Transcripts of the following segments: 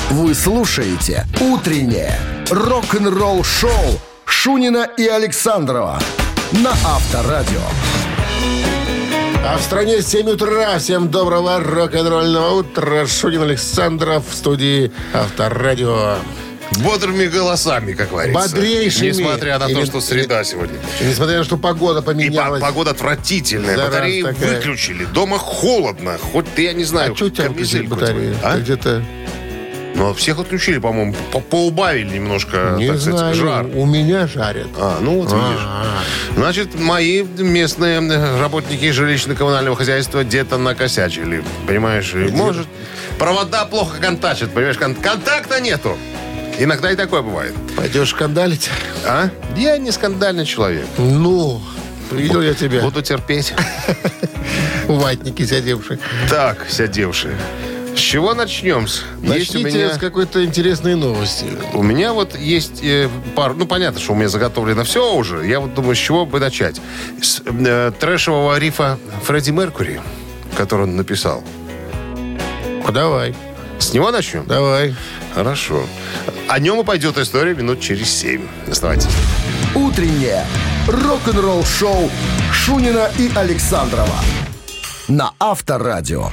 Вы слушаете «Утреннее рок-н-ролл-шоу» Шунина и Александрова на Авторадио. А в стране 7 утра. Всем доброго рок-н-ролльного утра. Шунин, Александров в студии Авторадио. Бодрыми голосами, как говорится. Бодрейшими. Несмотря на то, что среда сегодня. Несмотря на то, что погода поменялась. И погода отвратительная. Зараза Батареи такая. выключили. Дома холодно. Хоть ты, я не знаю, А что у тебя выключили батареи? Ты где-то... Ну, всех отключили, по-моему. Поубавили немножко, Не так знаю, сказать, жар. у меня жарят. Ну вот видишь. Значит, мои местные работники жилищно-коммунального хозяйства где-то накосячили. Понимаешь? Может, провода плохо контачат. Понимаешь, контакта нету. Иногда и такое бывает. Пойдешь скандалить? А? Я не скандальный человек. Ну, видел я тебя. Буду терпеть. Ватники сидевшие. Так, сядевшие. С чего начнем? Начните с какой-то интересной новости. У меня вот есть пару... Ну, понятно, что у меня заготовлено все уже. Я вот думаю, с чего бы начать. С трэшевого рифа Фредди Меркьюри, который он написал. Давай. С него начнем? Давай. Хорошо. О нем и пойдет история минут через 7. Оставайтесь. «Утреннее рок-н-ролл-шоу» Шунина и Александрова на Авторадио.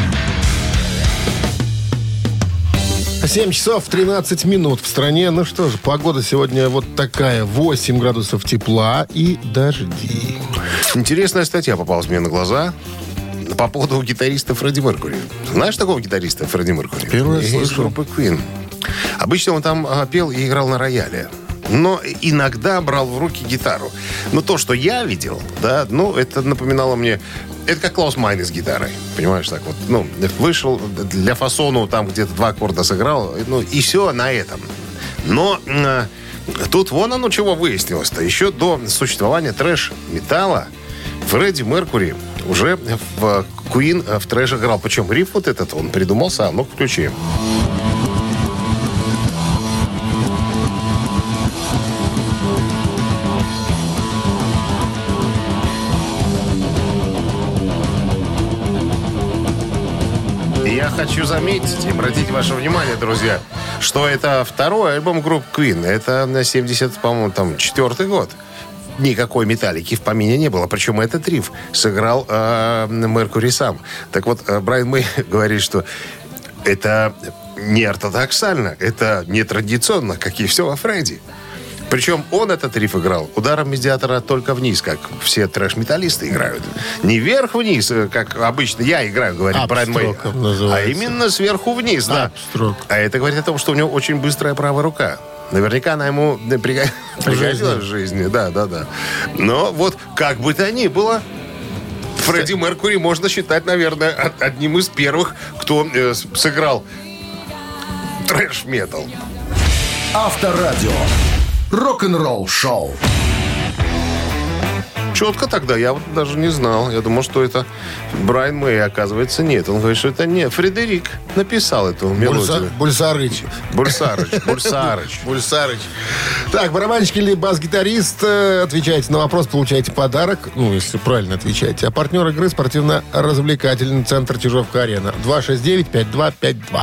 7 часов 13 минут в стране. Ну что же, погода сегодня вот такая. 8 градусов тепла и дожди. Интересная статья попалась мне на глаза по поводу гитариста Фредди Меркьюри. Знаешь такого гитариста Фредди Меркьюри? Первый раз Из слышу. группы Queen. Обычно он там пел и играл на рояле. Но иногда брал в руки гитару. Но то, что я видел, да, ну, это напоминало мне... Это как Клаус Майн с гитарой. Понимаешь, так вот. Ну, вышел для фасону, там где-то 2 аккорда сыграл, ну, и все на этом. Но тут вон оно чего выяснилось-то. Еще до существования трэш-металла Фредди Меркьюри уже в Queen в трэш играл. Причем риф вот этот он придумал сам. Ну-ка, включи. Я хочу заметить и обратить ваше внимание, друзья, что это второй альбом группы Queen. Это на 70, по-моему, там, 4-й год. Никакой металлики в помине не было. Причем этот риф сыграл Меркьюри сам. Так вот, Брайан Мэй говорит, что это не ортодоксально, это не традиционно, как и все во Фредди. Причем он этот риф играл ударом медиатора только вниз, как все трэш-металлисты играют. Не вверх-вниз, как обычно я играю, говорит Брайан Мэй, а именно сверху вниз. Да. А это говорит о том, что у него очень быстрая правая рука. Наверняка она ему пригодилась в жизни. Да. Но вот как бы то ни было, Фредди Меркьюри можно считать, наверное, одним из первых, кто сыграл трэш-метал. Авторадио. Рок-н-ролл-шоу. Четко тогда, я вот даже не знал. Я думал, что это Брайан Мэй, оказывается, нет. Он говорит, что это не Фредерик написал эту мелодию. Бульсарыч. Бульсарыч. Так, барабанщик или бас-гитарист, отвечайте на вопрос, получаете подарок. Ну, если правильно отвечаете. А партнер игры спортивно-развлекательный центр Чижовка-Арена. 269-5252.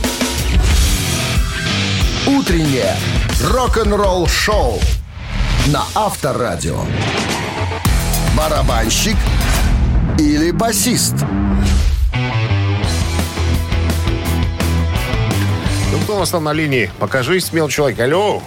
«Утреннее рок-н-ролл-шоу» на Авторадио. Барабанщик или басист? Ну, кто у нас там на линии? Покажись, смелый человек. Алло.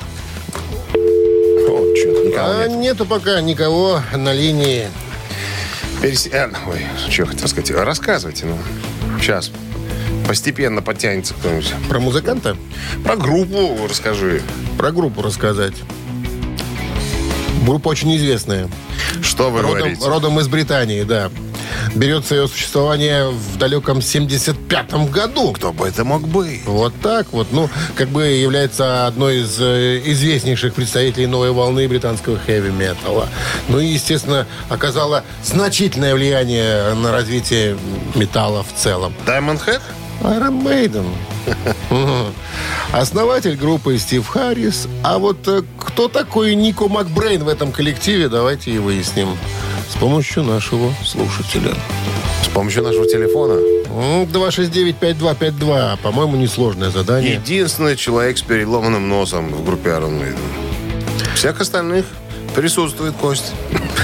О, что-то никого нет. Нету пока никого на линии. Ой, что хотел сказать. Рассказывайте, ну. Сейчас. Постепенно подтянется кто-нибудь. Про музыканта? Про группу расскажи. Про группу рассказать. Группа очень известная. Что вы говорите? Родом из Британии, да. Берется ее существование в далеком 75-м году. Кто бы это мог быть? Вот так вот. Ну, как бы является одной из известнейших представителей новой волны британского хэви-металла. Ну и, естественно, оказала значительное влияние на развитие металла в целом. Diamond Head? Iron Maiden. Основатель группы Стив Харрис. А вот кто такой Нико Макбрейн в этом коллективе, давайте и выясним с помощью нашего слушателя. С помощью нашего телефона 269-5252. По-моему, несложное задание. Единственный человек с переломанным носом в группе Iron Maiden. Всех остальных присутствует кость.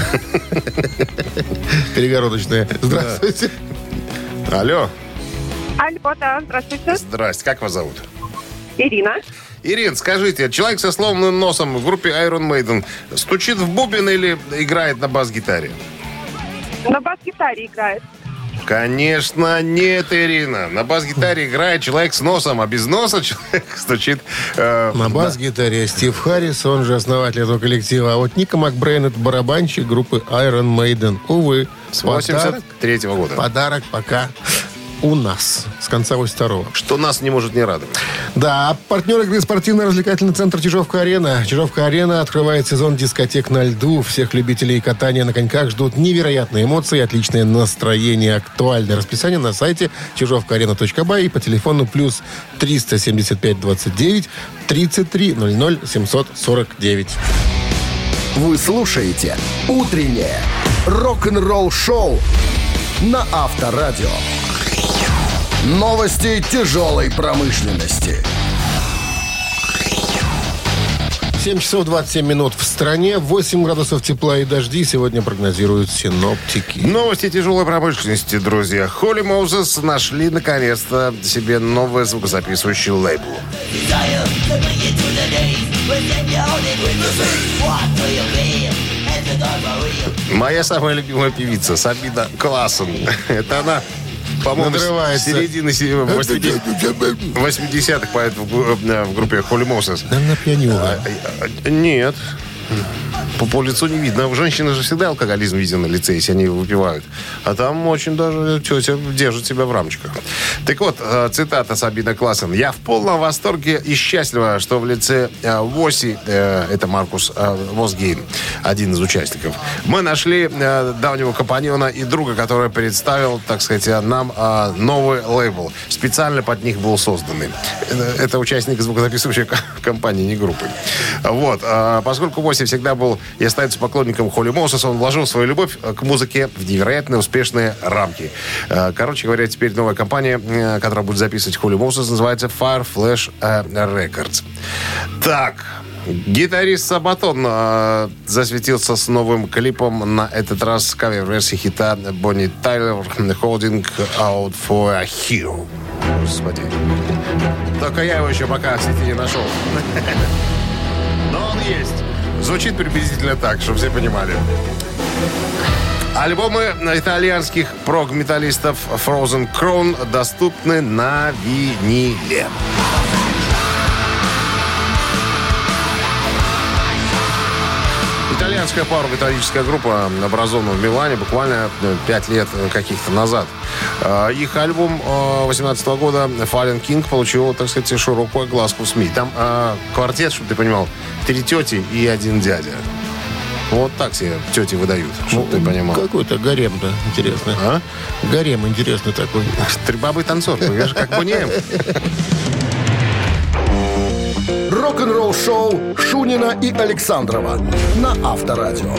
Перегородочная. Здравствуйте. Алло. Алло, да, здравствуйте. Здрасте. Как вас зовут? Ирина. Ирин, скажите, человек со сломанным носом в группе Iron Maiden стучит в бубен или играет на бас-гитаре? На бас-гитаре играет. Конечно, нет, Ирина. На бас-гитаре играет человек с носом, а без носа человек стучит... На бас-гитаре Стив Харрис, он же основатель этого коллектива. А вот Ника Макбрейн — это барабанщик группы Iron Maiden. Увы. С 83-го года. Подарок пока у нас. С конца 82-го. Что нас не может не радовать. Да, партнер игры спортивно-развлекательный центр «Чижовка-арена». «Чижовка-арена» открывает сезон дискотек на льду. Всех любителей катания на коньках ждут невероятные эмоции и отличное настроение. Актуальное расписание на сайте чижовкаарена.бай и по телефону плюс 375 29 33 00 749. Вы слушаете «Утреннее рок-н-ролл-шоу» на Авторадио. Новости тяжелой промышленности. 7 часов 27 минут в стране, 8 градусов тепла и дожди сегодня прогнозируют синоптики. Новости тяжелой промышленности, друзья. Holy Moses нашли, наконец-то, себе новый звукозаписывающий лейбл. Моя самая любимая певица, Сабина Классен. Это она... По-моему, с середины 80-х поет в группе Holy Moses. Наверное, пьянюга. Нет. По лицу не видно. У женщины же всегда алкоголизм виден на лице, если они выпивают. А там очень даже тетя держит себя в рамочках. Так вот, цитата Сабина Классен. «Я в полном восторге и счастлива, что в лице Воси, это Маркус Восгейн, один из участников, мы нашли давнего компаньона и друга, который представил, так сказать, нам новый лейбл. Специально под них был созданный». Это участник звукозаписывающей компании, не группы. Вот. Поскольку Воси всегда был и остается поклонником Holy Moses, он вложил свою любовь к музыке в невероятно успешные рамки. Короче говоря, теперь новая компания, которая будет записывать Holy Moses, называется Fire Flash Records. Так, гитарист Сабатон засветился с новым клипом, на этот раз кавер-версии хита Бонни Тайлер «Holding Out for a Hero». Господи. Только я его еще пока в сети не нашел. Но он есть. Звучит приблизительно так, чтобы все понимали. Альбомы итальянских прог-металлистов Frozen Crown доступны на виниле. Итальянская пауэр-металлическая группа, образована в Милане буквально 5 лет каких-то назад. Их альбом 2018 года Fallen King получил, так сказать, широкую огласку в СМИ. Там квартет, чтобы ты понимал, 3 тети и 1 дядя. Вот так себе тети выдают, чтобы ты понимал. Какой-то гарем, да, интересно. А? Гарем интересный такой. 3 бабы танцор, я же как Бунеем. Рок-н-ролл-шоу Шунина и Александрова на Авторадио.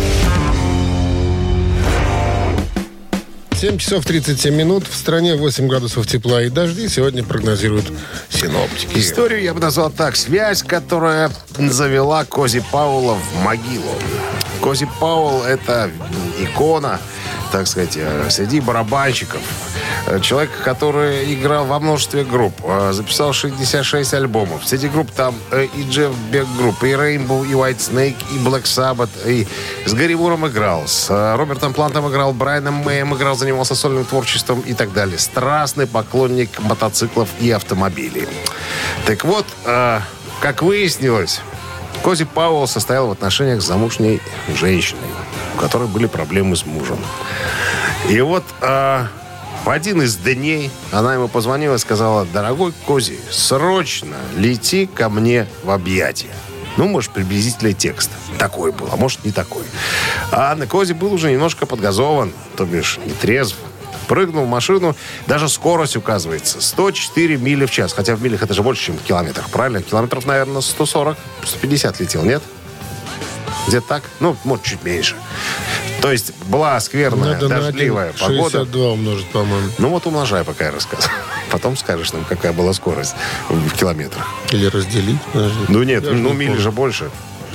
7 часов 37 минут. В стране 8 градусов тепла и дожди. Сегодня прогнозируют синоптики. Историю я бы назвал так. Связь, которая завела Кози Пауэлла в могилу. Кози Пауэлл — это икона, так сказать, среди барабанщиков. Человек, который играл во множестве групп. Записал 66 альбомов. Среди групп там и Джефф Бек группа, и Rainbow, и White Snake, и Black Sabbath. И с Гарри Муром играл, с Робертом Плантом играл, Брайаном Мэем играл, занимался сольным творчеством и так далее. Страстный поклонник мотоциклов и автомобилей. Так вот, как выяснилось, Кози Пауэлл состоял в отношениях с замужней женщиной, у которой были проблемы с мужем. И вот в один из дней она ему позвонила и сказала: «Дорогой Кози, срочно лети ко мне в объятия». Ну, может, приблизительный текст такой был, а может, не такой. А Кози был уже немножко подгазован, то бишь не трезв. Прыгнул в машину, даже скорость указывается 104 мили в час. Хотя в милях это же больше, чем в километрах, правильно? Километров, наверное, 140, 150 летел, нет? Где-то так? Ну, может, чуть меньше. То есть была скверная, Надо дождливая на погода. 62 умножить, по-моему. Ну вот умножай, пока я рассказываю. Потом скажешь нам, какая была скорость в километрах. Или разделить. Подожди. Ну нет, Я же ну не мили помню. же больше.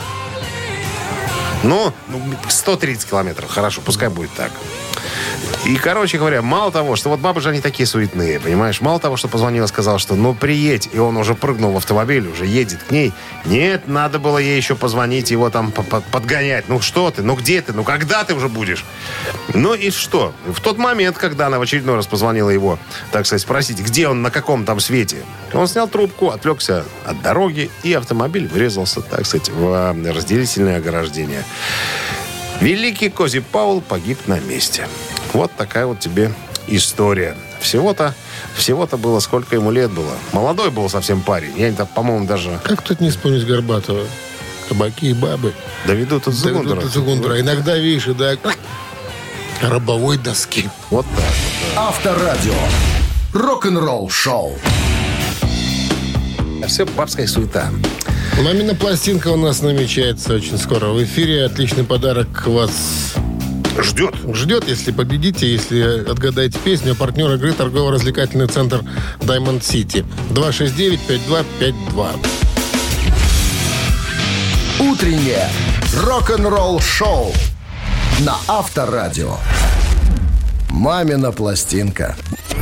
Ну, 130 километров. Хорошо, пускай будет так. И, короче говоря, мало того, что вот бабы же они такие суетные, понимаешь? Мало того, что позвонила, сказала, что ну приедь, и он уже прыгнул в автомобиль, уже едет к ней. Нет, надо было ей еще позвонить, его там подгонять. Ну что ты, ну где ты, ну когда ты уже будешь? Ну и что? В тот момент, когда она в очередной раз позвонила его, так сказать, спросить, где он, на каком там свете, он снял трубку, отвлекся от дороги, и автомобиль врезался, так сказать, в разделительное ограждение. Великий Кози Паул погиб на месте. Вот такая вот тебе история. Всего-то было, сколько ему лет было. Молодой был совсем парень. Я, по-моему, даже... Как тут не вспомнить Горбатова? Кабаки и бабы. Доведут от Зугундера. Иногда, видишь, и до рабовой доски. Вот так. Авторадио. Рок-н-ролл шоу. Все бабская суета. Мамина пластинка у нас намечается очень скоро в эфире. Отличный подарок вас ждет, если победите, если отгадаете песню. Партнер игры — торгово-развлекательный центр Diamond City. 269-5252. Утреннее рок-н-ролл шоу на Авторадио. Мамина пластинка.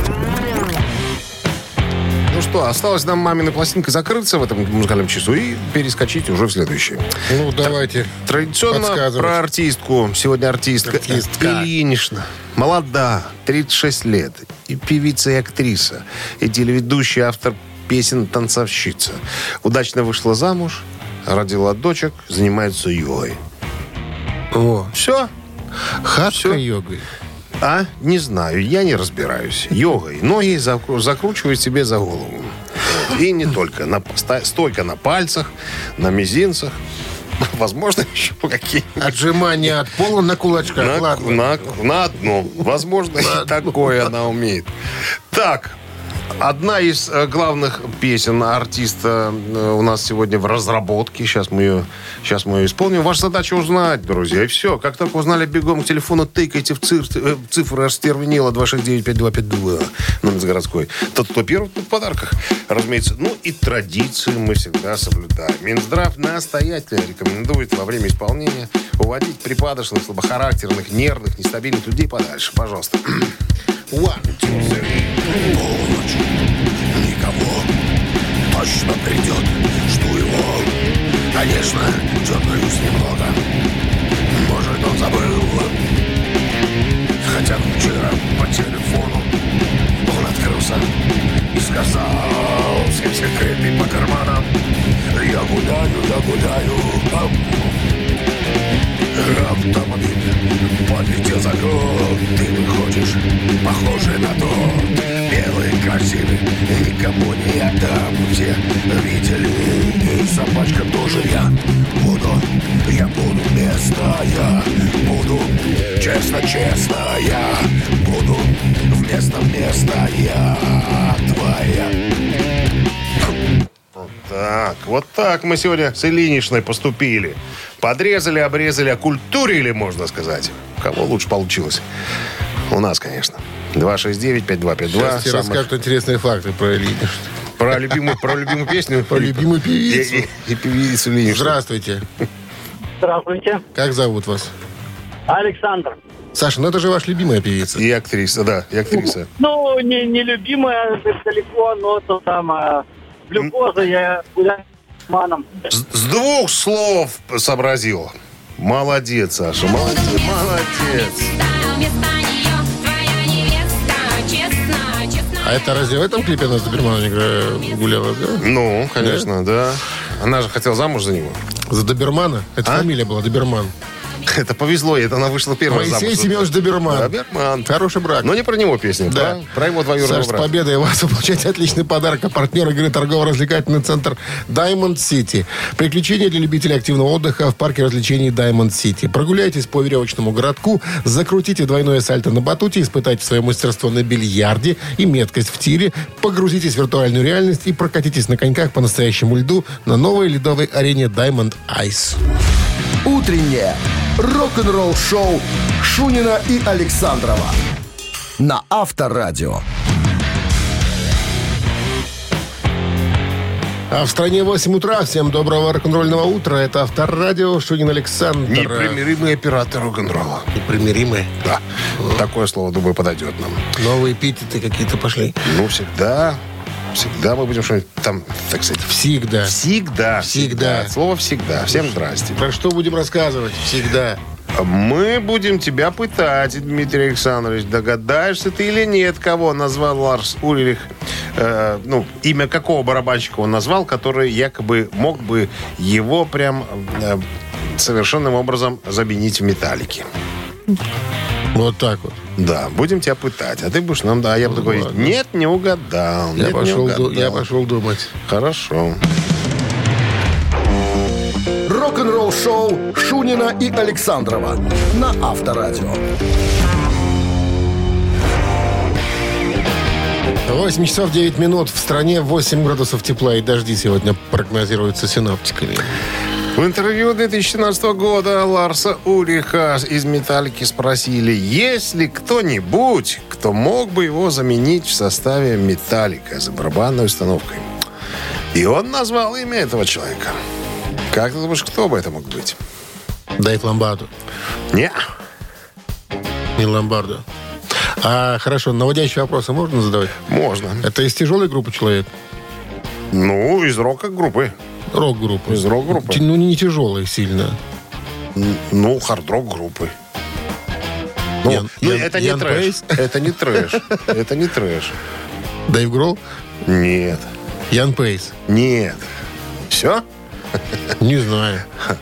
Ну что, осталось нам мамина пластинка закрыться в этом музыкальном часу и перескочить уже в следующий. Ну, давайте. Традиционно про артистку. Сегодня артистка. Ильинична. Молода, 36 лет. И певица, и актриса. И телеведущая, автор песен, танцовщица. Удачно вышла замуж, родила дочек, занимается йогой. О, Все? хатха-йогой. А? Не знаю, я не разбираюсь. Йогой. Ноги закручивают себе за голову. И не только. Стойка на пальцах, на мизинцах. Возможно, еще какие-нибудь. Отжимания от пола на кулачках. Ладно. На одном. Возможно, и такое она умеет. Так. Одна из главных песен артиста у нас сегодня в разработке. Сейчас мы ее исполним. Ваша задача узнать, друзья. И все. Как только узнали, бегом к телефону, тыкайте в цифры остервенело 269-5252. Номер городской. Тот, кто первый, тот в подарках. Разумеется. Ну и традиции мы всегда соблюдаем. Минздрав настоятельно рекомендует во время исполнения уводить припадочных, слабохарактерных, нервных, нестабильных людей подальше. Пожалуйста. One, two, three. Полночь, никого, точно придет, жду его. Конечно, дергаюсь немного, может, он забыл. Хотя вчера по телефону он открылся и сказал все секреты по карманам. Я гуляю, автомобиль подлетел за год. Ты выходишь, похожий на то. Белый, красивый, никому не отдам. Все видели, и собачка тоже. Я буду вместо, я буду честно, я буду вместо, я твоя. Так, вот так мы сегодня с Ильиничной поступили. Подрезали, обрезали, окультурили, можно сказать. У кого лучше получилось? У нас, конечно. 269-5252. Сейчас тебе расскажут интересные факты про Ильиничну. Про любимую песню. Про любимую певицу. И певицу Ильиничну. Здравствуйте. Здравствуйте. Как зовут вас? Александр. Саша, ну это же ваша любимая певица. И актриса, да, и актриса. Ну, не любимая далеко, но то самое. Глюкоза, я гуляю с маном. С двух слов сообразил. Молодец, Саша, молодец. А это разве в этом клипе она с Доберманом гуляла, да? Ну, конечно, да. Она же хотела замуж за него. За Добермана? Это фамилия была, Доберман. Это повезло ей, это она вышла первой замуж. Моисей Семенович Доберман. Доберман. Хороший брак. Но не про него песня, да. Про его двоюродного Саш, с брата. победой вас вы получаете отличный подарок. А партнер игры торгово-развлекательный центр Diamond City. Приключения для любителей активного отдыха в парке развлечений Diamond City. Прогуляйтесь по веревочному городку, закрутите двойное сальто на батуте, испытайте свое мастерство на бильярде и меткость в тире, погрузитесь в виртуальную реальность и прокатитесь на коньках по настоящему льду на новой ледовой арене Diamond Ice. Утреннее рок-н-ролл-шоу Шунина и Александрова на Авторадио. А в стране 8 утра. Всем доброго рок-н-ролльного утра. Это Авторадио, Шунин Александр. Непримиримый оператор рок-н-ролла. Непримиримый. Да. Такое слово, думаю, подойдет нам. Новые эпитеты какие-то пошли. Ну, всегда мы будем что-нибудь там, так сказать. Всегда. Всегда. Слово «всегда». Всем здрасте. Про что будем рассказывать? Всегда. Мы будем тебя пытать, Дмитрий Александрович. Догадаешься ты или нет, кого назвал Ларс Ульрих? Имя какого барабанщика он назвал, который якобы мог бы его прям совершенным образом заменить в «Металлике». Вот так вот. Да, будем тебя пытать. А ты будешь нам... Да, я буду говорить, нет, не угадал. Я пошел думать. Хорошо. Рок-н-ролл-шоу Шунина и Александрова на Авторадио. 8 часов 9 минут. В стране 8 градусов тепла и дожди сегодня прогнозируются синоптиками. В интервью 2017 года Ларса Ульриха из «Металлики» спросили, есть ли кто-нибудь, кто мог бы его заменить в составе «Металлика» за барабанной установкой. И он назвал имя этого человека. Как ты думаешь, кто бы это мог быть? Дэйв Ломбардо. Не. Не Ломбардо. А, хорошо, наводящие вопросы можно задавать? Можно. Это из тяжелой группы человек? Ну, из рока-группы. Рок-группы. Из рок-группы. Ну, не тяжелые сильно. Ну, хард-рок-группы. Это не трэш. Это не трэш. Это не трэш. Дэйв Гролл? Нет. Ян Пейс? Нет. Все? Не знаю.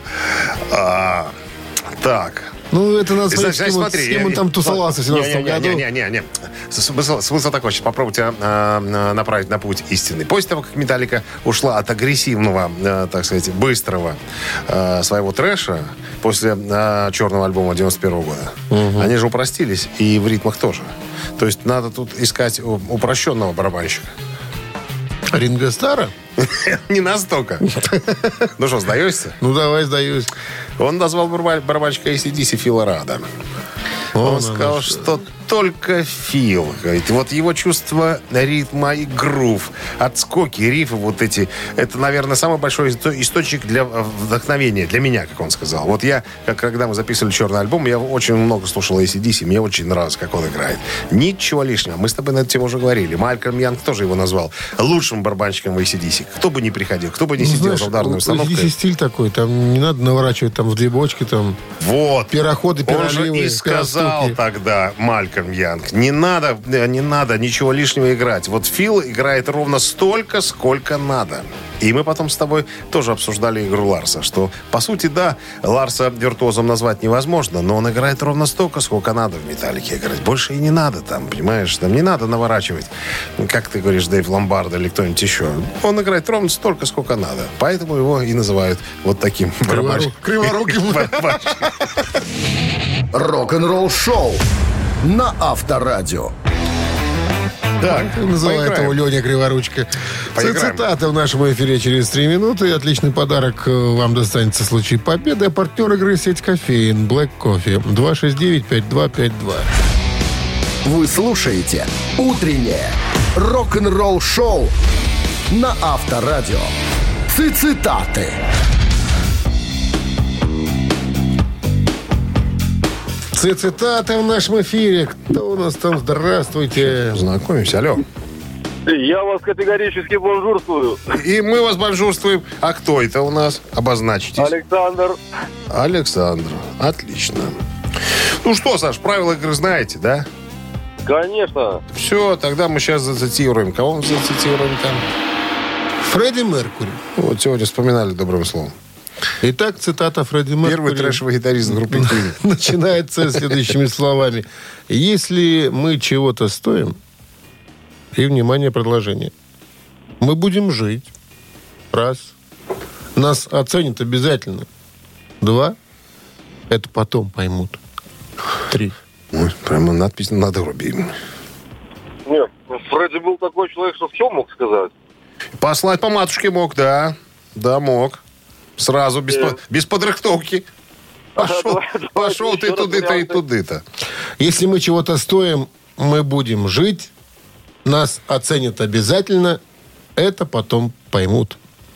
Так. Ну, это надо смотреть, Смотри, с кем он там тусовался в 17 году. Не. Смысл такой, сейчас попробую тебя направить на путь истинный. После того, как «Металлика» ушла от агрессивного, так сказать, быстрого своего трэша, после черного альбома 91 года, они же упростились, и в ритмах тоже. То есть надо тут искать упрощенного барабанщика. Ринго Стара? Не настолько. Ну что, сдаешься? Ну, давай, сдаюсь. Он назвал барабанщика AC/DC Фила Рада. Он сказал, что только Фил. Говорит, вот его чувство ритма и грув, отскоки, рифы вот эти, это, наверное, самый большой источник для вдохновения, для меня, как он сказал. Вот я, когда мы записывали «Черный альбом», я очень много слушал AC/DC, мне очень нравилось, как он играет. Ничего лишнего. Мы с тобой на эту тему уже говорили. Малькольм Янг тоже его назвал лучшим барабанщиком в AC/DC. Кто бы ни приходил, кто бы ни сидел за ударной установкой. AC/DC стиль такой, там не надо наворачивать там в две бочки, там вот. Пироходы, пироливые. Он же и сказал тогда Малькольм Янг, не надо ничего лишнего играть. Вот Фил играет ровно столько, сколько надо. И мы потом с тобой тоже обсуждали игру Ларса, что, по сути, да, Ларса виртуозом назвать невозможно, но он играет ровно столько, сколько надо в «Металлике» играть. Больше и не надо там, понимаешь? Там не надо наворачивать, как ты говоришь, Дэйв Ломбардо или кто-нибудь еще. Он играет ровно столько, сколько надо. Поэтому его и называют вот таким криворуким барабанщиком. Рок-н-ролл-шоу на Авторадио. Так, называет его Леня Криворучка. Цитаты в нашем эфире через 3 минуты. Отличный подарок вам достанется в случае победы. Партнер игры сеть кофеин Black Coffee 269-5252. Вы слушаете «Утреннее рок-н-ролл-шоу» на Авторадио. Цитаты. Цитаты в нашем эфире. Кто у нас там? Здравствуйте. Знакомимся, алло. Я вас категорически бонжурствую. И мы вас бонжурствуем. А кто это у нас? Обозначитесь. Александр. Отлично. Ну что, Саш, правила игры знаете, да? Конечно. Все, тогда мы сейчас зацитируем. Кого мы зацитируем там? Фредди Меркьюри. Вот сегодня вспоминали добрым словом. Итак, цитата Фредди Меркьюри. Первый трэшевый гитарист группы Queen. Начинается следующими словами. Если мы чего-то стоим, и, внимание, предложение, мы будем жить. Раз. Нас оценят обязательно. 2. Это потом поймут. 3. Ой, прямо надпись на надгробии. Нет, Фредди был такой человек, что все мог сказать. Послать по матушке мог, да. Да, мог. Сразу, без подрыхтовки. Пошел ты туды-то и туды-то. Если мы чего-то стоим, мы будем жить. Нас оценят обязательно. Это потом поймут.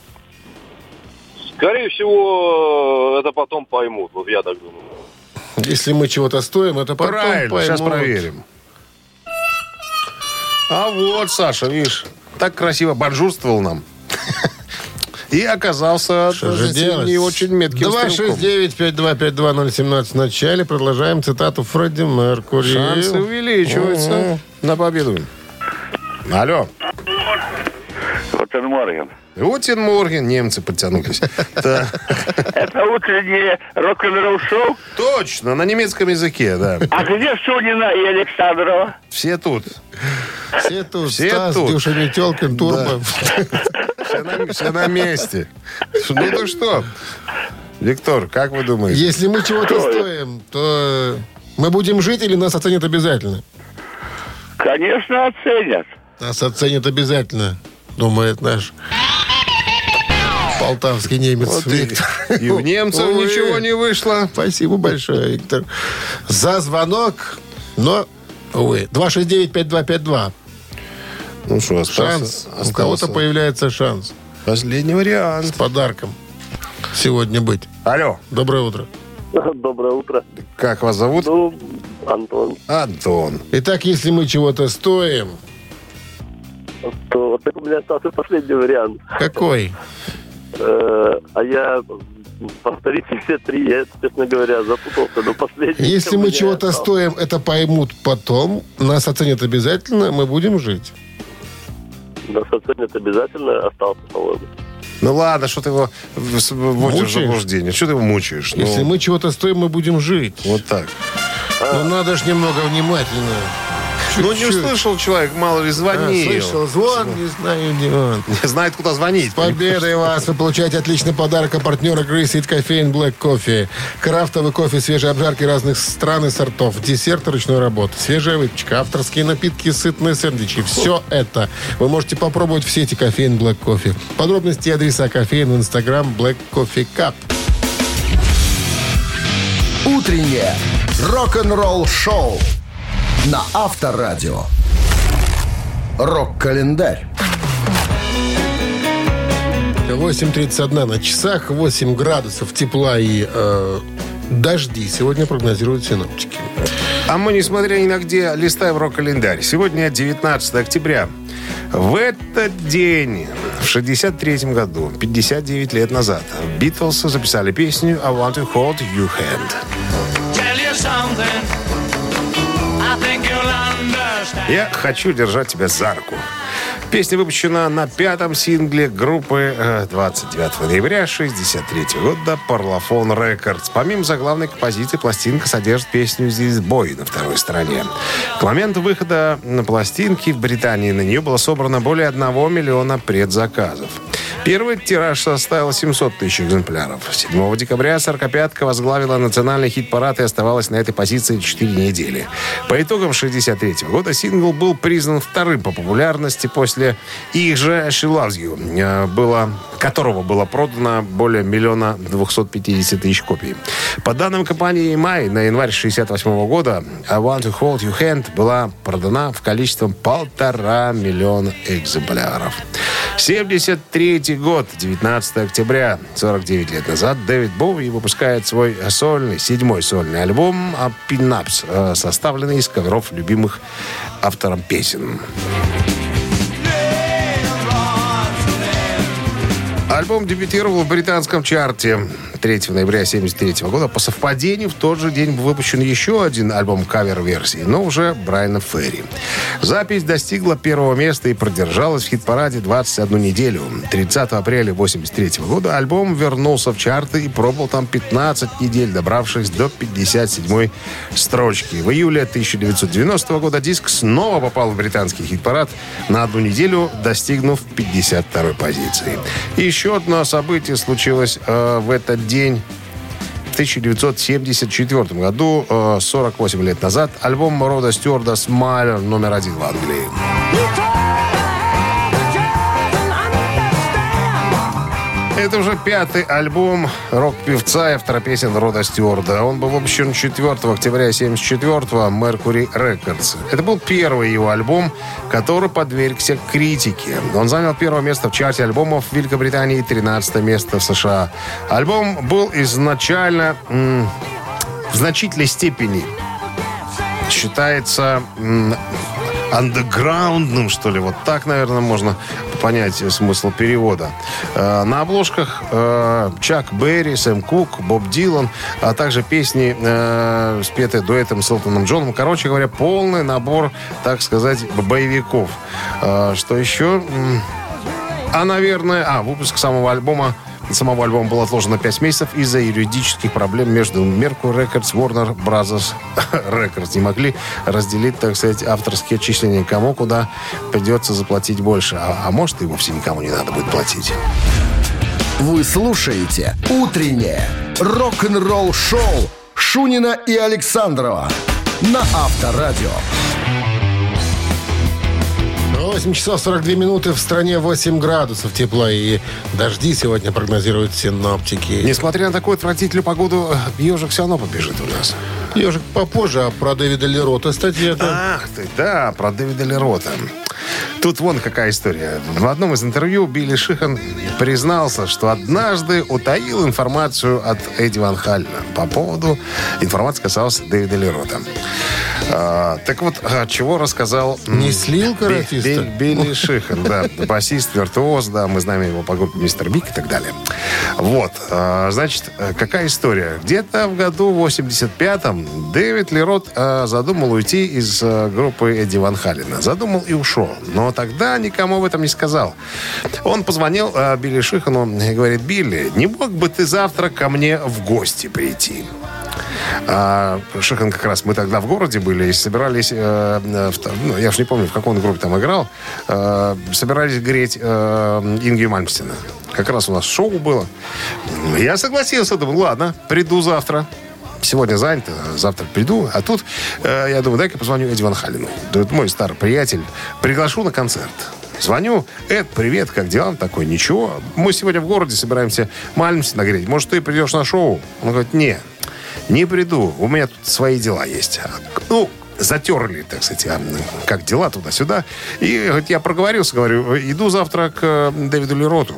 Скорее всего, это потом поймут. Вот я так думаю. Если мы чего-то стоим, это потом Правильно, поймут. сейчас проверим. А вот, Саша, видишь, так красиво бонжурствовал нам. И оказался не очень метким стрелком. 269-5252-017 в начале. Продолжаем цитату Фредди Меркури. Шансы увеличиваются на победу. Алло. Гутен Морген. Гутен Морген. Немцы подтянулись. Это утреннее рок-н-ролл-шоу? Точно, на немецком языке, да. А где Шунина и Александрова? Все тут. Все тут. Стас, Дюша Метелкин, Турбо. Все на месте. Ну то что? Виктор, как вы думаете? Если мы чего-то стоим, то мы будем жить или нас оценят обязательно? Конечно, оценят. Нас оценят обязательно, думает наш полтавский немец Вот Виктор. И у немцев ничего не вышло. Спасибо большое, Виктор, за звонок. Но, увы, 269-5252. Ну что, Шанс. У кого-то появляется шанс. Последний вариант. С подарком сегодня быть. Алло. Доброе утро. Доброе утро. Как вас зовут? Ну, Антон. Антон. Итак, если мы чего-то стоим... То вот так у меня остался последний вариант. Какой? А я... Повторите все три, я, честно говоря, запутался до последнего. Если мы чего-то стоим, это поймут потом. Нас оценят обязательно, мы будем жить. Нас оценят обязательно, остался, по-моему. Ну ладно, что ты его вводишь в заблуждение? Что ты его мучаешь? Если мы чего-то стоим, мы будем жить. Вот так. Ну надо ж немного внимательно. Ну не услышал человек, мало ли звонил. Слышал звон, не знаю, где он. Не знает, куда звонить. С победой вас! Вы получаете отличный подарок от партнера Grease It Coffee and Black Coffee. Крафтовый кофе, свежие обжарки разных стран и сортов, десерт ручной работы, свежая выпечка, авторские напитки, сытные сэндвичи. Все это вы можете попробовать в сети Coffee and Black Coffee. Подробности и адреса кофеин в Instagram Black Coffee Cup. Утреннее рок-н-ролл-шоу на Авторадио. Рок-календарь. 8:31 на часах, 8 градусов тепла и дожди сегодня прогнозируют синоптики. А мы, несмотря ни на где, листаем рок-календарь. Сегодня 19 октября. В этот день, в 1963 году, 59 лет назад, Битлз записали песню «I want to hold your hand». «Я хочу держать тебя за руку». Песня выпущена на 5-м сингле группы 29 ноября 1963 года Parlophone Records. Помимо заглавной композиции, пластинка содержит песню «This Boy» на второй стороне. К моменту выхода на пластинки в Британии на нее было собрано более 1 миллиона предзаказов. Первый тираж составил 700 тысяч экземпляров. 7 декабря 45-ка возглавила национальный хит-парад и оставалась на этой позиции 4 недели. По итогам 1963 года сингл был признан вторым по популярности после их же «She Loves You», которого было продано более 1 250 000 копий. По данным компании EMI, на январь 1968 года «I Want to Hold Your Hand» была продана в количестве 1,5 миллиона экземпляров. 1973 год, 19 октября, 49 лет назад, Дэвид Боуи выпускает свой 7-й сольный альбом «Pin-Ups», составленный из каверов любимых автором песен. Альбом дебютировал в британском чарте 3 ноября 1973 года. По совпадению, в тот же день был выпущен еще один альбом кавер-версии, но уже Брайана Ферри. Запись достигла 1-го места и продержалась в хит-параде 21 неделю. 30 апреля 1983 года альбом вернулся в чарты и пробыл там 15 недель, добравшись до 57-й строчки. В июле 1990 года диск снова попал в британский хит-парад на 1 неделю, достигнув 52-й позиции. И еще одно событие случилось в этот день. В 1974 году, 48 лет назад, альбом Рода Стюарда «Smile» номер 1 в Англии. Это уже 5-й альбом рок-певца и автора песен Рода Стюарда. Он был выпущен 4 октября 1974-го Mercury Records. Это был первый его альбом, который подвергся критике. Он занял 1 место в чарте альбомов в Великобритании и 13 место в США. Альбом был изначально в значительной степени считается андеграундным, что ли. Вот так, наверное, можно понять смысл перевода. На обложках Чак Берри, Сэм Кук, Боб Дилан, а также песни, спетые дуэтом с Элтоном Джоном. Короче говоря, полный набор, так сказать, боевиков. Что еще? Наверное, выпуск самого альбома был отложен на 5 месяцев из-за юридических проблем между Mercury Records и Warner Brothers Records. Не могли разделить, так сказать, авторские отчисления, кому куда придется заплатить больше. А может, и вовсе никому не надо будет платить. Вы слушаете «Утреннее рок-н-ролл-шоу» Шунина и Александрова на Авторадио. 8 часов 42 минуты, в стране 8 градусов тепла и дожди сегодня прогнозируют синоптики. Несмотря на такую отвратительную погоду, ежик все равно побежит у нас. Ежик попозже, а про Дэвида Ли Рота статья. Ах ты, да, про Дэвида Ли Рота. Тут вон какая история. В одном из интервью Билли Шихан признался, что однажды утаил информацию от Эдди Ван Халена по поводу... Информация касалась Дэвида Ли Рота. Так вот, чего рассказал... Не слил каратиста? Билли Шихан, да. Басист, виртуоз, да, мы знаем его по группе Мистер Биг и так далее. Вот, значит, какая история? Где-то в году 85-м Дэвид Ли Рот задумал уйти из группы Эдди Ван Халена. Задумал и ушел. Но тогда никому об этом не сказал. Он позвонил Билли Шихану и говорит: «Билли, не мог бы ты завтра ко мне в гости прийти?» Шихан как раз, мы тогда в городе были и собирались, я уж не помню, в каком группе там играл, собирались греть Ингви Мальмстена. Как раз у нас шоу было. Я согласился, думаю, ладно, приду завтра. Сегодня занято, завтра приду. А тут, я думаю, дай-ка позвоню Эдди Ван Халену. Это мой старый приятель. Приглашу на концерт. Звоню: Эд, привет, как дела? Он такой: ничего. Мы сегодня в городе собираемся Мальмстена греть. Может, ты придешь на шоу? Он говорит: не приду. У меня тут свои дела есть. Ну, затерли, так сказать, как дела туда-сюда. И говорит, я проговорился, говорю, иду завтра к Дэвиду Ли Роту.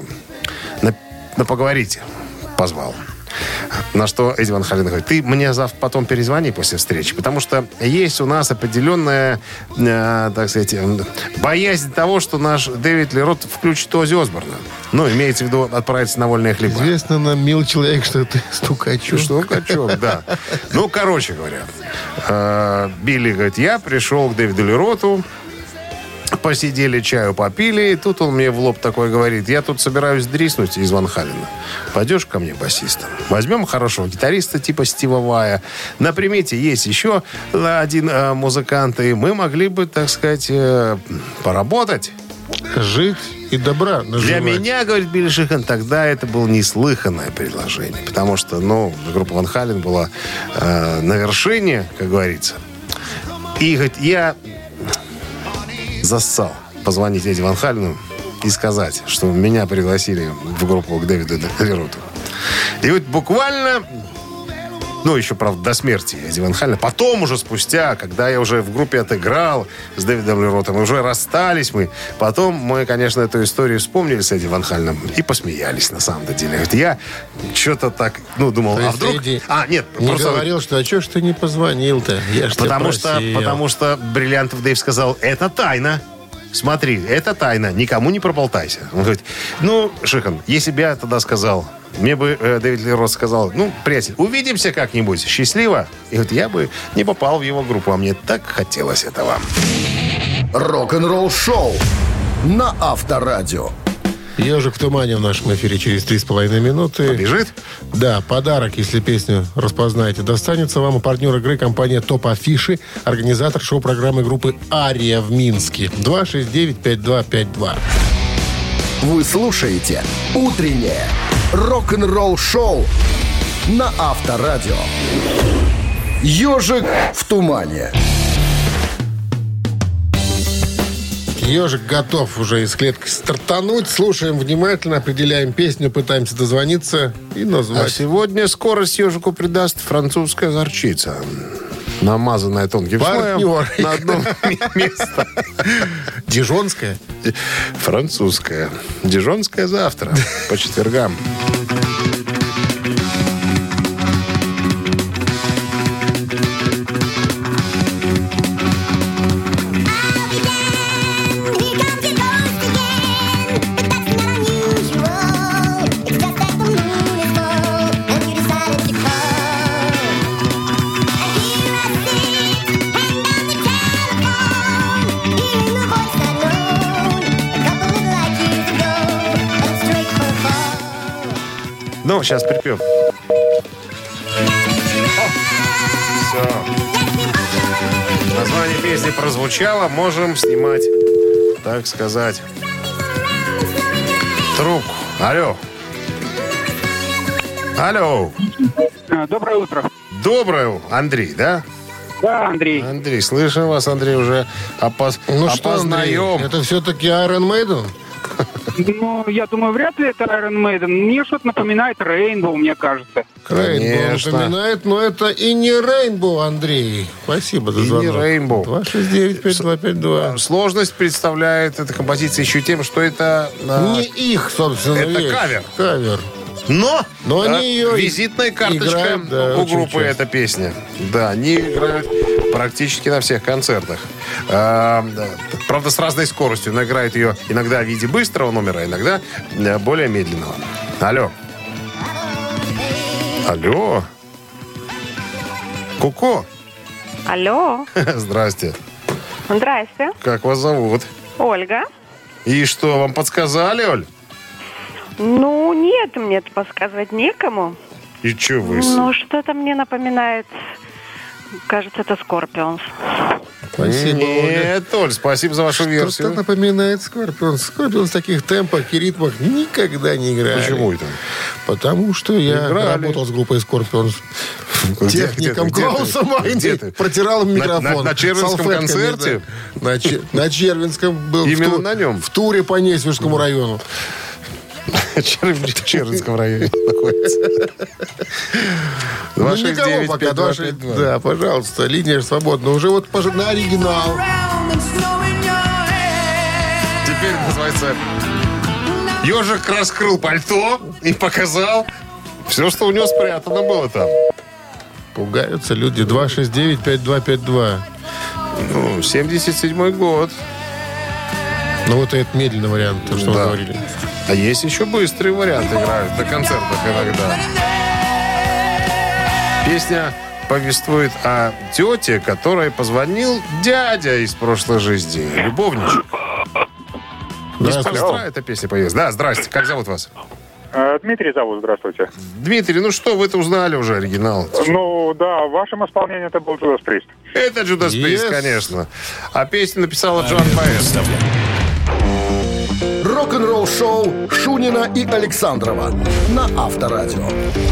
На поговорите. Позвал. На что Эдди Ван Хален говорит: ты мне завтра потом перезвони после встречи, потому что есть у нас определенная, так сказать, боязнь того, что наш Дэвид Ли Рот включит Оззи Осборна. Ну, имеется в виду отправиться на вольные хлеба. Известно нам, мил человек, что ты стукачок. Стукачок, да. Ну, короче говоря, Билли говорит: я пришел к Дэвиду Ли Роту, посидели, чаю попили, и тут он мне в лоб такой говорит: я тут собираюсь дриснуть из Ван Халена. Пойдешь ко мне басистом? Возьмем хорошего гитариста типа Стива Вая. На примете есть еще один музыкант, и мы могли бы, так сказать, поработать. Жить и добра наживать. Для меня, говорит Билли Шихан, тогда это было неслыханное предложение. Потому что, группа Ван Хален была на вершине, как говорится. И, говорит, я зассал позвонить Эдди Ван Халену и сказать, что меня пригласили в группу к Дэвиду Ли Роту. И вот буквально, еще, правда, до смерти Эдди Ван Халена, потом уже спустя, когда я уже в группе отыграл с Дэвидом Ли Ротом, уже расстались мы, потом мы, конечно, эту историю вспомнили с Эдди Ван Халеном и посмеялись, на самом деле. Говорит, я что-то так, думал, а вдруг... Эдди нет, не просто... говорил, что, а что ж ты не позвонил-то? Я ж потому что Бриллиантов Дэйв сказал: это тайна. Смотри, это тайна, никому не проболтайся. Он говорит: Шихан, если бы я тогда сказал, мне бы Дэвид Ли Рот сказал: приятель, увидимся как-нибудь, счастливо. И вот я бы не попал в его группу, а мне так хотелось этого. Рок-н-ролл шоу на Авторадио. «Ежик в тумане» в нашем эфире через 3,5 минуты. Побежит? Да, подарок, если песню распознаете, достанется вам. Партнер игры — компания «Топ Афиши», организатор шоу-программы группы «Ария» в Минске. 269-5252. Вы слушаете «Утреннее рок-н-ролл-шоу» на Авторадио. «Ежик в тумане». Ежик готов уже из клетки стартануть. Слушаем внимательно, определяем песню, пытаемся дозвониться и А назвать. сегодня скорость ежику придаст французская горчица. Намазанная тонким слоем Партнер. на одном месте. Дижонская? Французская. Дижонская завтра, по четвергам. Ну, сейчас припев. Все. Название песни прозвучало. Можем снимать, так сказать, трубку. Алло. Алло. Доброе утро. Доброе, Андрей, да? Да, Андрей. Андрей, слышим вас, Андрей, уже Ну что, Андрей, опознаем. это все-таки Iron Maiden? Ну, я думаю, вряд ли это Iron Maiden. Мне что-то напоминает Rainbow, мне кажется. Rainbow Конечно. напоминает, но это и не Rainbow, Андрей. Спасибо за И не звонок. Rainbow. 269-5252. Сложность представляет эта композиция еще тем, что это... Не их, собственно, Это вещь. кавер. Кавер. Но они ее визитная карточка играют, да, у очень группы часто. эта песня. Да, они играют практически на всех концертах. Да. Правда, с разной скоростью. Она играет ее иногда в виде быстрого номера, иногда более медленного. Алло. Алло. Ку-ку. Алло. Здрасте. Здрасте. Как вас зовут? Ольга. И что, вам подсказали, Оль? Ну, нет, мне это подсказывать некому. И что вы? Ну, что-то мне напоминает... Кажется, это Скорпионс. Спасибо, Оля. Нет, Оль, спасибо за вашу Что-то версию. напоминает Скорпионс. Скорпионс в таких темпах и ритмах никогда не играли. Почему это? Потому что я Играли. работал с группой Скорпионс. Техником Где ты? Клауса Где Майни. ты? Протирал им микрофон. На Червинском салфетками, концерте? да. На Червинском был. Именно на нем? В туре по Несвежскому району. В Червинском районе находится. Ну, никого пока. 269-5252. Да, пожалуйста, линия свободна. Уже вот на оригинал. Теперь называется «Ежик раскрыл пальто и показал все, что у него спрятано было там». Пугаются люди. 269-5252. Ну, 77-й год. Ну, вот этот медленный вариант, то, что Да. вы говорили. А есть еще быстрые варианты, играют на концертах иногда. Песня повествует о тете, которой позвонил дядя из прошлой жизни, любовничек. Неспроста эта песня появилась. Да, здрасте, как зовут вас? Дмитрий зовут, здравствуйте. Дмитрий, ну что, вы-то узнали уже оригинал. Ну, да, в вашем исполнении это был Judas Priest. Это Judas Priest, Yes. конечно. А песню написала Джон Баэс. Рок-н-ролл шоу Шунина и Александрова на Авторадио.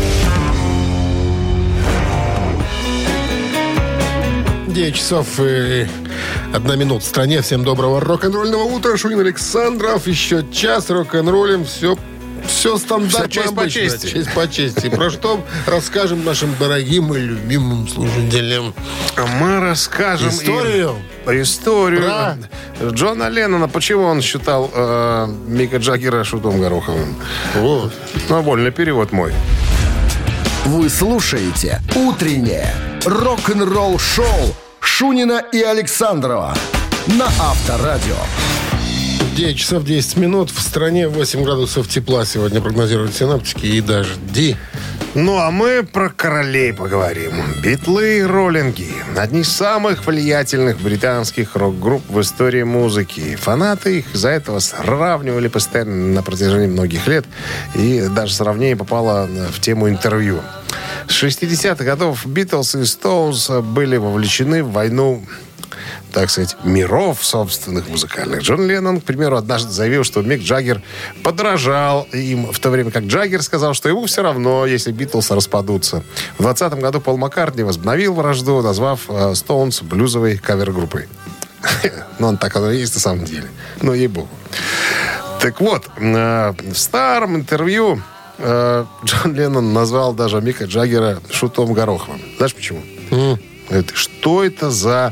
Часов и 1 минута в стране. Всем доброго рок-н-ролльного утра. Шунин Александров. Еще час рок-н-роллем. Все стандартно. Всё честь по обычно. чести. Честь по чести. Про что расскажем нашим дорогим и любимым слушателям? Мы расскажем Историю? Историю Про? Джона Леннона. Почему он считал Мика Джаггера шутом Гороховым? Вот. Ну, вольный перевод мой. Вы слушаете «Утреннее рок-н-ролл-шоу» Шунина и Александрова на Авторадио. 9 часов 10 минут. В стране 8 градусов тепла сегодня прогнозируют синаптики и дожди. Ну, а мы про королей поговорим. Битлы и роллинги. Одни из самых влиятельных британских рок-групп в истории музыки. Фанаты их из-за этого сравнивали постоянно на протяжении многих лет. И даже сравнение попало в тему интервью. С 60-х годов Битлз и Стоунс были вовлечены в войну, так сказать, миров собственных музыкальных. Джон Леннон, к примеру, однажды заявил, что Мик Джаггер подражал им, в то время как Джаггер сказал, что ему все равно, если Битлз распадутся. В 2020 году Пол Маккартни возобновил вражду, назвав Стоунс блюзовой кавер-группой. Но он так оно и есть на самом деле. Ну, ей-богу. Так вот, в старом интервью Джон Леннон назвал даже Мика Джаггера шутом Гороховым. Знаешь почему? Говорит, что это за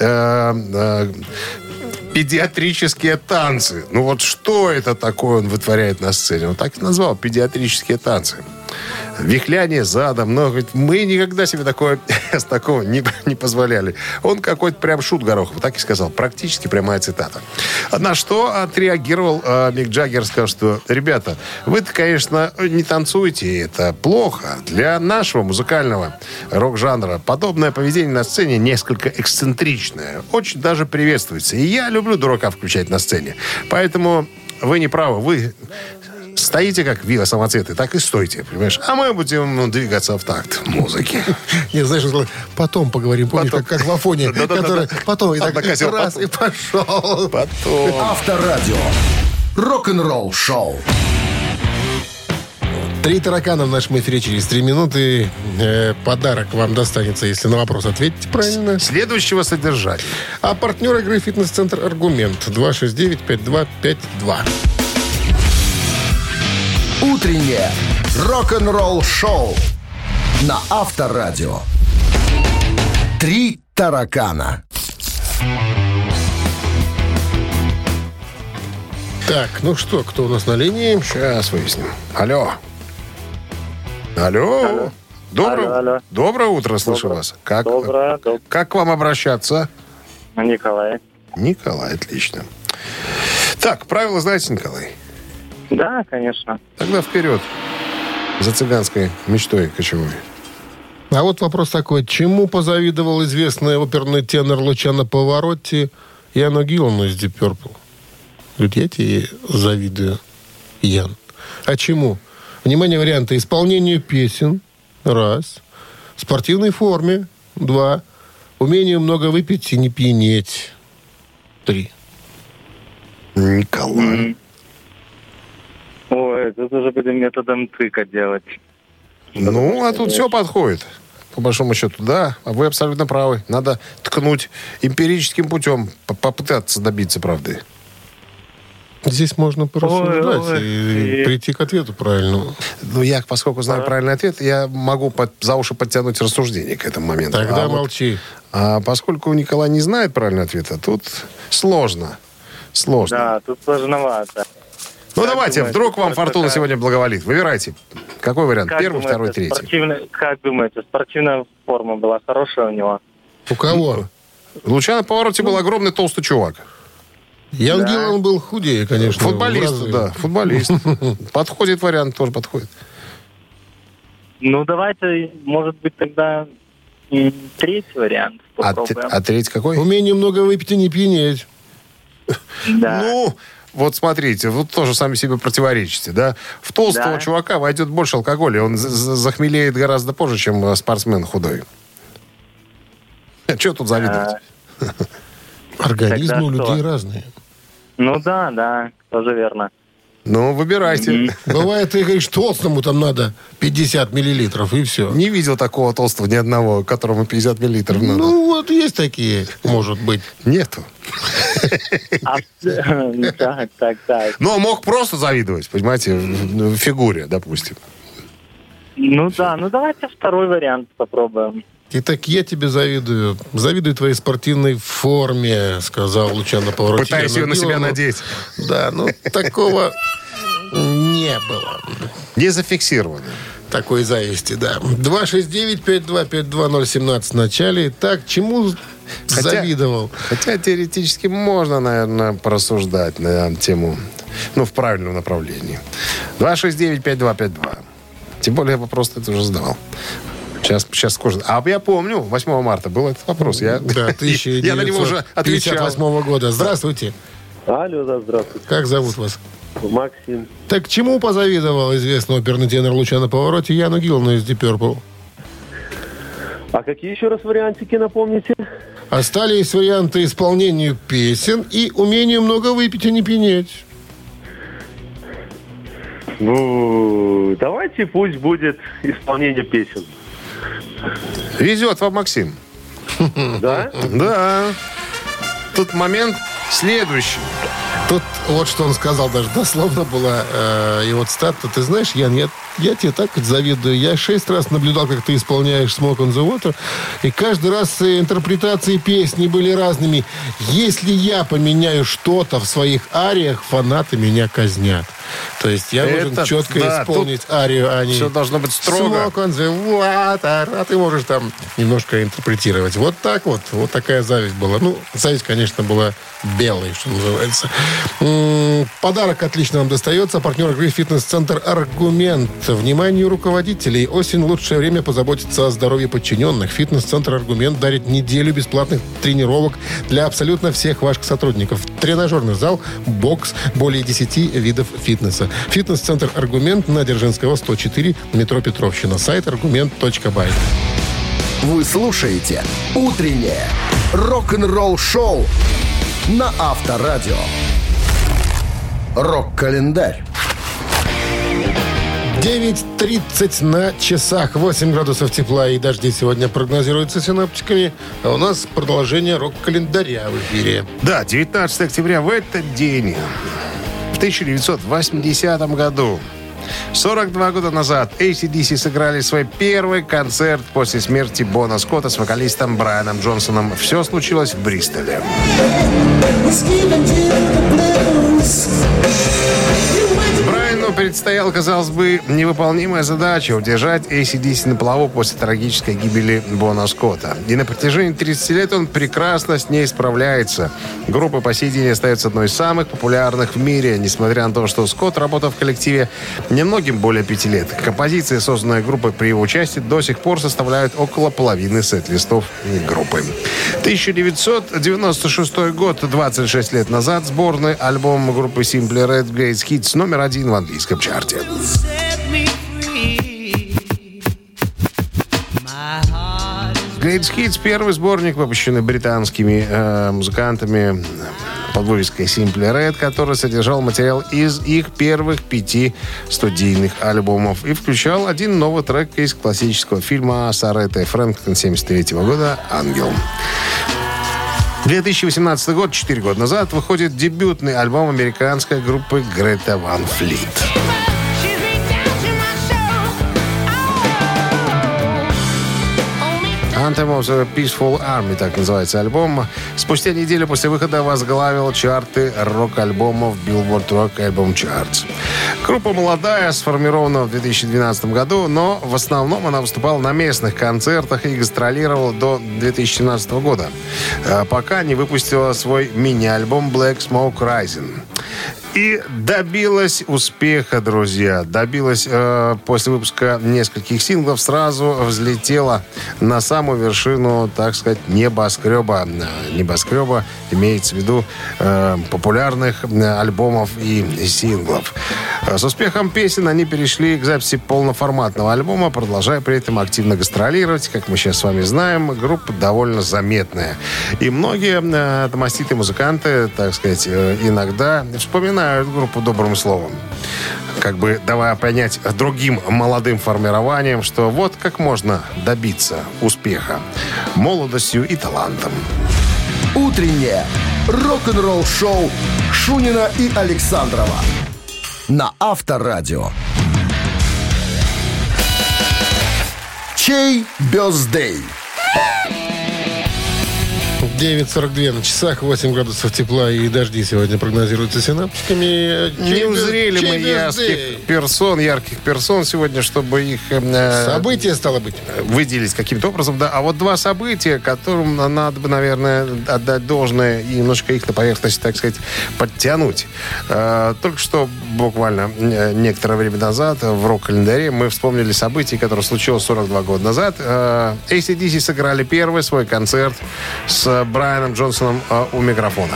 педиатрические танцы? Ну вот что это такое он вытворяет на сцене? Он так и назвал, педиатрические танцы. Вихляние задом. Но говорит, мы никогда себе такого не позволяли. Он какой-то прям шут Горохов. Так и сказал. Практически прямая цитата. На что отреагировал Мик Джаггер, сказал, что, ребята, вы-то, конечно, не танцуете. Это плохо. Для нашего музыкального рок-жанра подобное поведение на сцене несколько эксцентричное. Очень даже приветствуется. И я люблю дурака включать на сцене. Поэтому вы не правы. Вы стоите как вилла самоцветы, так и стойте, понимаешь? А мы будем двигаться в такт музыки. Не, знаешь, потом поговорим. Помнишь, как в Афоне, который потом и так раз и пошел. Потом. Авторадио. Рок-н-ролл шоу. 3 таракана в нашем эфире через 3 минуты. Подарок вам достанется, если на вопрос ответите правильно. Следующего содержания. А партнер игры «Фитнес-центр Аргумент». 269-5252. Утреннее рок-н-ролл-шоу на Авторадио. 3 таракана. Так, ну что, кто у нас на линии? Сейчас выясним. Алло. Алло. Доброе утро, слышу вас. Доброе. Как к вам обращаться? Николай. Николай, отлично. Так, правила знаете, Николай? Да, конечно. Тогда вперед. За цыганской мечтой кочевой. А вот вопрос такой. Чему позавидовал известный оперный тенор Лучано Паваротти Яну Гиллану из Deep Purple? Говорит, я тебе завидую, Ян. А чему? Внимание, варианты. Исполнению песен. Раз. Спортивной форме. Два. Умению много выпить и не пьянеть. 3. Николай. Ой, тут уже будем методом тыка делать. Ну, а тут все подходит. По большому счету, да. А вы абсолютно правы. Надо ткнуть эмпирическим путем, попытаться добиться правды. Здесь можно порассуждать и прийти к ответу правильному. Ну, я, поскольку знаю правильный ответ, я могу за уши подтянуть рассуждение к этому моменту. Тогда молчи. А поскольку Николай не знает правильного ответа, тут сложно. Да, тут сложновато. Ну, давайте, вдруг вам фортуна сегодня благоволит. Выбирайте. Какой вариант? Первый, второй, третий. Как думаете, спортивная форма была хорошая у него? У кого? Лучано Паваротти был огромный толстый чувак. Ян Гиллан был худее, конечно. Футболист, да, футболист. Подходит вариант, тоже подходит. Ну, давайте, может быть, тогда третий вариант попробуем. А третий какой? Умение много выпить и не пьянеть. Да. Ну, вот смотрите, вот тоже сами себе противоречите, да? В толстого чувака войдет больше алкоголя, он захмелеет гораздо позже, чем спортсмен худой. Что тут завидовать? Организмы у людей разные. Ну да, тоже верно. Ну, выбирайте. Бывает, ты говоришь, толстому там надо 50 миллилитров, и все. Не видел такого толстого ни одного, которому 50 миллилитров надо. Ну, вот есть такие, может быть. Нету. Так. Но мог просто завидовать, понимаете, в фигуре, допустим. Ну да, давайте второй вариант попробуем. Итак, я тебе завидую. Завидую твоей спортивной форме, сказал Лучано Паваротти. Пытаюсь ее на себя надеть. Да, ну такого не было. Не зафиксировано. Такой зависти, да. 269-5252017 в начале. Так, чему завидовал? Хотя теоретически можно, наверное, порассуждать на тему, ну, в правильном направлении. 269-5252. Тем более я вопрос это уже задавал. Сейчас скажу. А я помню, 8 марта был этот вопрос. Я на него уже отвечал. 1958 года. Здравствуйте. Алло, да, здравствуйте. Как зовут вас? Максим. Так чему позавидовал известный оперный тенор Лучано Паваротти Яну Гиллану из Deep Purple? А какие еще раз вариантики, напомните? Остались варианты исполнению песен и умению много выпить и не пьянеть. Ну, давайте пусть будет исполнение песен. Везет вам, Максим. Да? Да. Тут момент следующий. Тут вот что он сказал, даже дословно была его цитата. Ты знаешь, Ян, я тебе так завидую. Я 6 раз наблюдал, как ты исполняешь «Smoke on the Water», и каждый раз интерпретации песни были разными. Если я поменяю что-то в своих ариях, фанаты меня казнят. То есть я должен четко исполнить арию, а не... Все должно быть строго. «Smoke on the water», а ты можешь там немножко интерпретировать. Вот так вот. Вот такая зависть была. Ну, зависть, конечно, была белой, что называется. Подарок отлично нам достается. Партнер игры «Фитнес-центр Аргумент». Вниманию руководителей. Осень – лучшее время позаботиться о здоровье подчиненных. «Фитнес-центр Аргумент» дарит неделю бесплатных тренировок для абсолютно всех ваших сотрудников. Тренажерный зал, бокс, более 10 видов фитнеса. «Фитнес-центр Аргумент» на Дзержинского, 104, метро Петровщина. Сайт argument.by. Вы слушаете «Утреннее рок-н-ролл-шоу» на Авторадио. Рок-календарь. 9:30 на часах. 8 градусов тепла и дожди сегодня прогнозируются синоптиками. А у нас продолжение рок-календаря в эфире. Да, 19 октября в этот день, в 1980 году, 42 года назад, AC/DC сыграли свой первый концерт после смерти Бона Скотта с вокалистом Брайаном Джонсоном. Все случилось в Бристоле. Брайану предстояла, казалось бы, невыполнимая задача — удержать AC/DC на плаву после трагической гибели Бона Скотта. И на протяжении 30 лет он прекрасно с ней справляется. Группа по сей день остается одной из самых популярных в мире, несмотря на то, что Скотт работал в коллективе немногим более 5 лет. Композиции, созданные группой при его участии, до сих пор составляют около половины сет-листов группы. 1996 год, 26 лет назад, сборный альбом группы Simply Red Greatest Hits номер 1 в английском чарте. Greatest Hits — первый сборник, выпущенный британскими музыкантами под вывеской Simply Red, который содержал материал из их первых 5 студийных альбомов и включал один новый трек из классического фильма с Аретой Фрэнклин 1973 года «Ангел». 2018 год, 4 года назад, выходит дебютный альбом американской группы Грета Ван Флит. Anthem of the Peaceful Army, так называется альбом. Спустя неделю после выхода возглавил чарты рок-альбомов Billboard Rock Album Charts. Группа молодая, сформирована в 2012 году, но в основном она выступала на местных концертах и гастролировала до 2017 года, пока не выпустила свой мини-альбом Black Smoke Rising. И добилась успеха, друзья. Добилась после выпуска нескольких синглов, сразу взлетела на самую вершину, так сказать, небоскреба. Небоскреба имеется в виду популярных альбомов и синглов. С успехом песен они перешли к записи полноформатного альбома, продолжая при этом активно гастролировать. Как мы сейчас с вами знаем, группа довольно заметная. И многие маститые музыканты, так сказать, иногда вспоминают группу добрым словом. Как бы давая понять другим молодым формированиям, что вот как можно добиться успеха молодостью и талантом. Утреннее рок-н-ролл-шоу Шунина и Александрова на Авторадио. Чей бёздей? 9:42 на часах, 8 градусов тепла и дожди сегодня прогнозируются синоптиками. Не узрели мы ярких персон сегодня, чтобы их... События, стало быть. Выделить каким-то образом, да. А вот два события, которым надо бы, наверное, отдать должное и немножко их на поверхность, так сказать, подтянуть. Только что, буквально некоторое время назад, в рок-календаре мы вспомнили событие, которое случилось 42 года назад. AC/DC сыграли первый свой концерт с Брайаном Джонсоном у микрофона.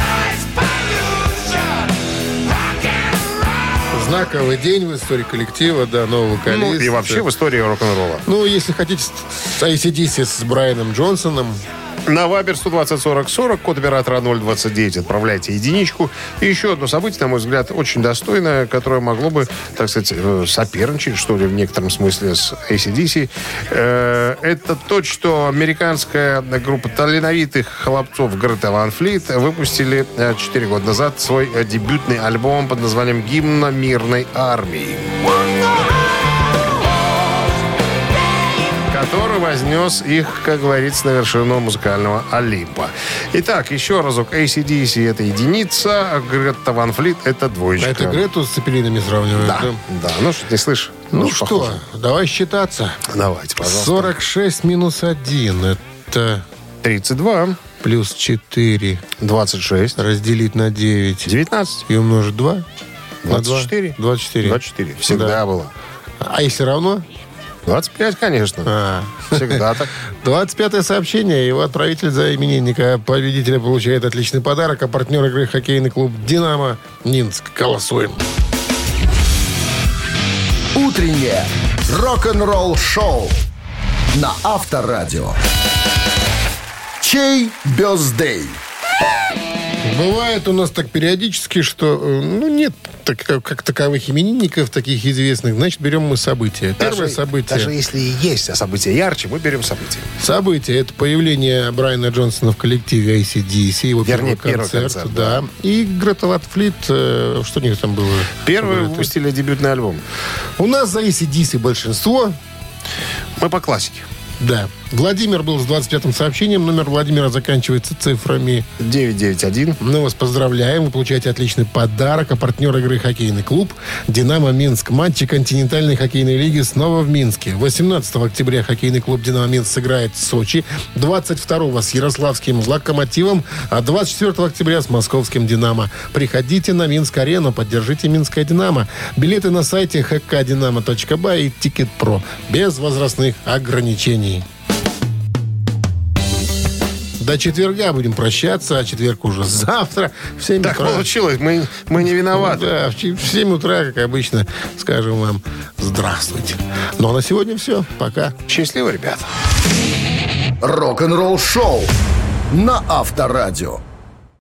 Знаковый день в истории коллектива, да, новый вокалист. Ну, и вообще в истории рок-н-ролла. Ну, если хотите, с AC/DC с Брайаном Джонсоном. На Вайбер 120-40-40, код оператора 029, отправляйте единичку. И еще одно событие, на мой взгляд, очень достойное, которое могло бы, так сказать, соперничать, что ли, в некотором смысле с AC/DC. Это то, что американская группа талановитых хлопцов Greta Van Fleet выпустили 4 года назад свой дебютный альбом под названием «Гимн мирной армии», который вознес их, как говорится, на вершину музыкального Олимпа. Итак, еще разок. AC/DC — это единица, Грета Ван Флит — это двоечка. Это Грету с Цепелинами сравнивают? Да. Ну, что ты слышишь? Ну что, похоже. Давай считаться. Давайте, пожалуйста. 46 минус 1 — это... 32. Плюс 4. 26. Разделить на 9. 19. И умножить 2. 24. 24. 24. Всегда было. А если равно? 25, конечно. Всегда так. 25-е сообщение. Его отправитель за именинника победителя получает отличный подарок. А партнер игры хоккейный клуб «Динамо» Минск. Голосуем. Утреннее рок-н-ролл-шоу на Авторадио. Чей бёздей? Бывает у нас так периодически, что нет как таковых именинников, таких известных. Значит, берем мы события. Первое событие. Даже если и есть событие ярче, мы берем событие. Событие — это появление Брайана Джонсона в коллективе AC/DC, его первый концерт. Да. И Грета Ван Флит, что у них там было? Первый выпустили дебютный альбом. У нас за AC/DC большинство. Мы по классике. Да. Владимир был с 25-м сообщением. Номер Владимира заканчивается цифрами 991. Мы вас поздравляем. Вы получаете отличный подарок. А партнер игры хоккейный клуб «Динамо Минск». Матчи континентальной хоккейной лиги снова в Минске. 18 октября хоккейный клуб «Динамо Минск» сыграет в Сочи. 22 с Ярославским «Локомотивом». А 24 октября с московским «Динамо». Приходите на Минск-арену. Поддержите «Минское Динамо». Билеты на сайте hkdinamo.by и Тикет.Про. Без возрастных ограничений. До четверга будем прощаться, а четверг уже завтра в 7 так утра. Получилось, мы не виноваты. Да, в 7 утра, как обычно, скажем вам здравствуйте. Ну а на сегодня все. Пока. Счастливо, ребята. Рок-н-ролл-шоу на Авторадио.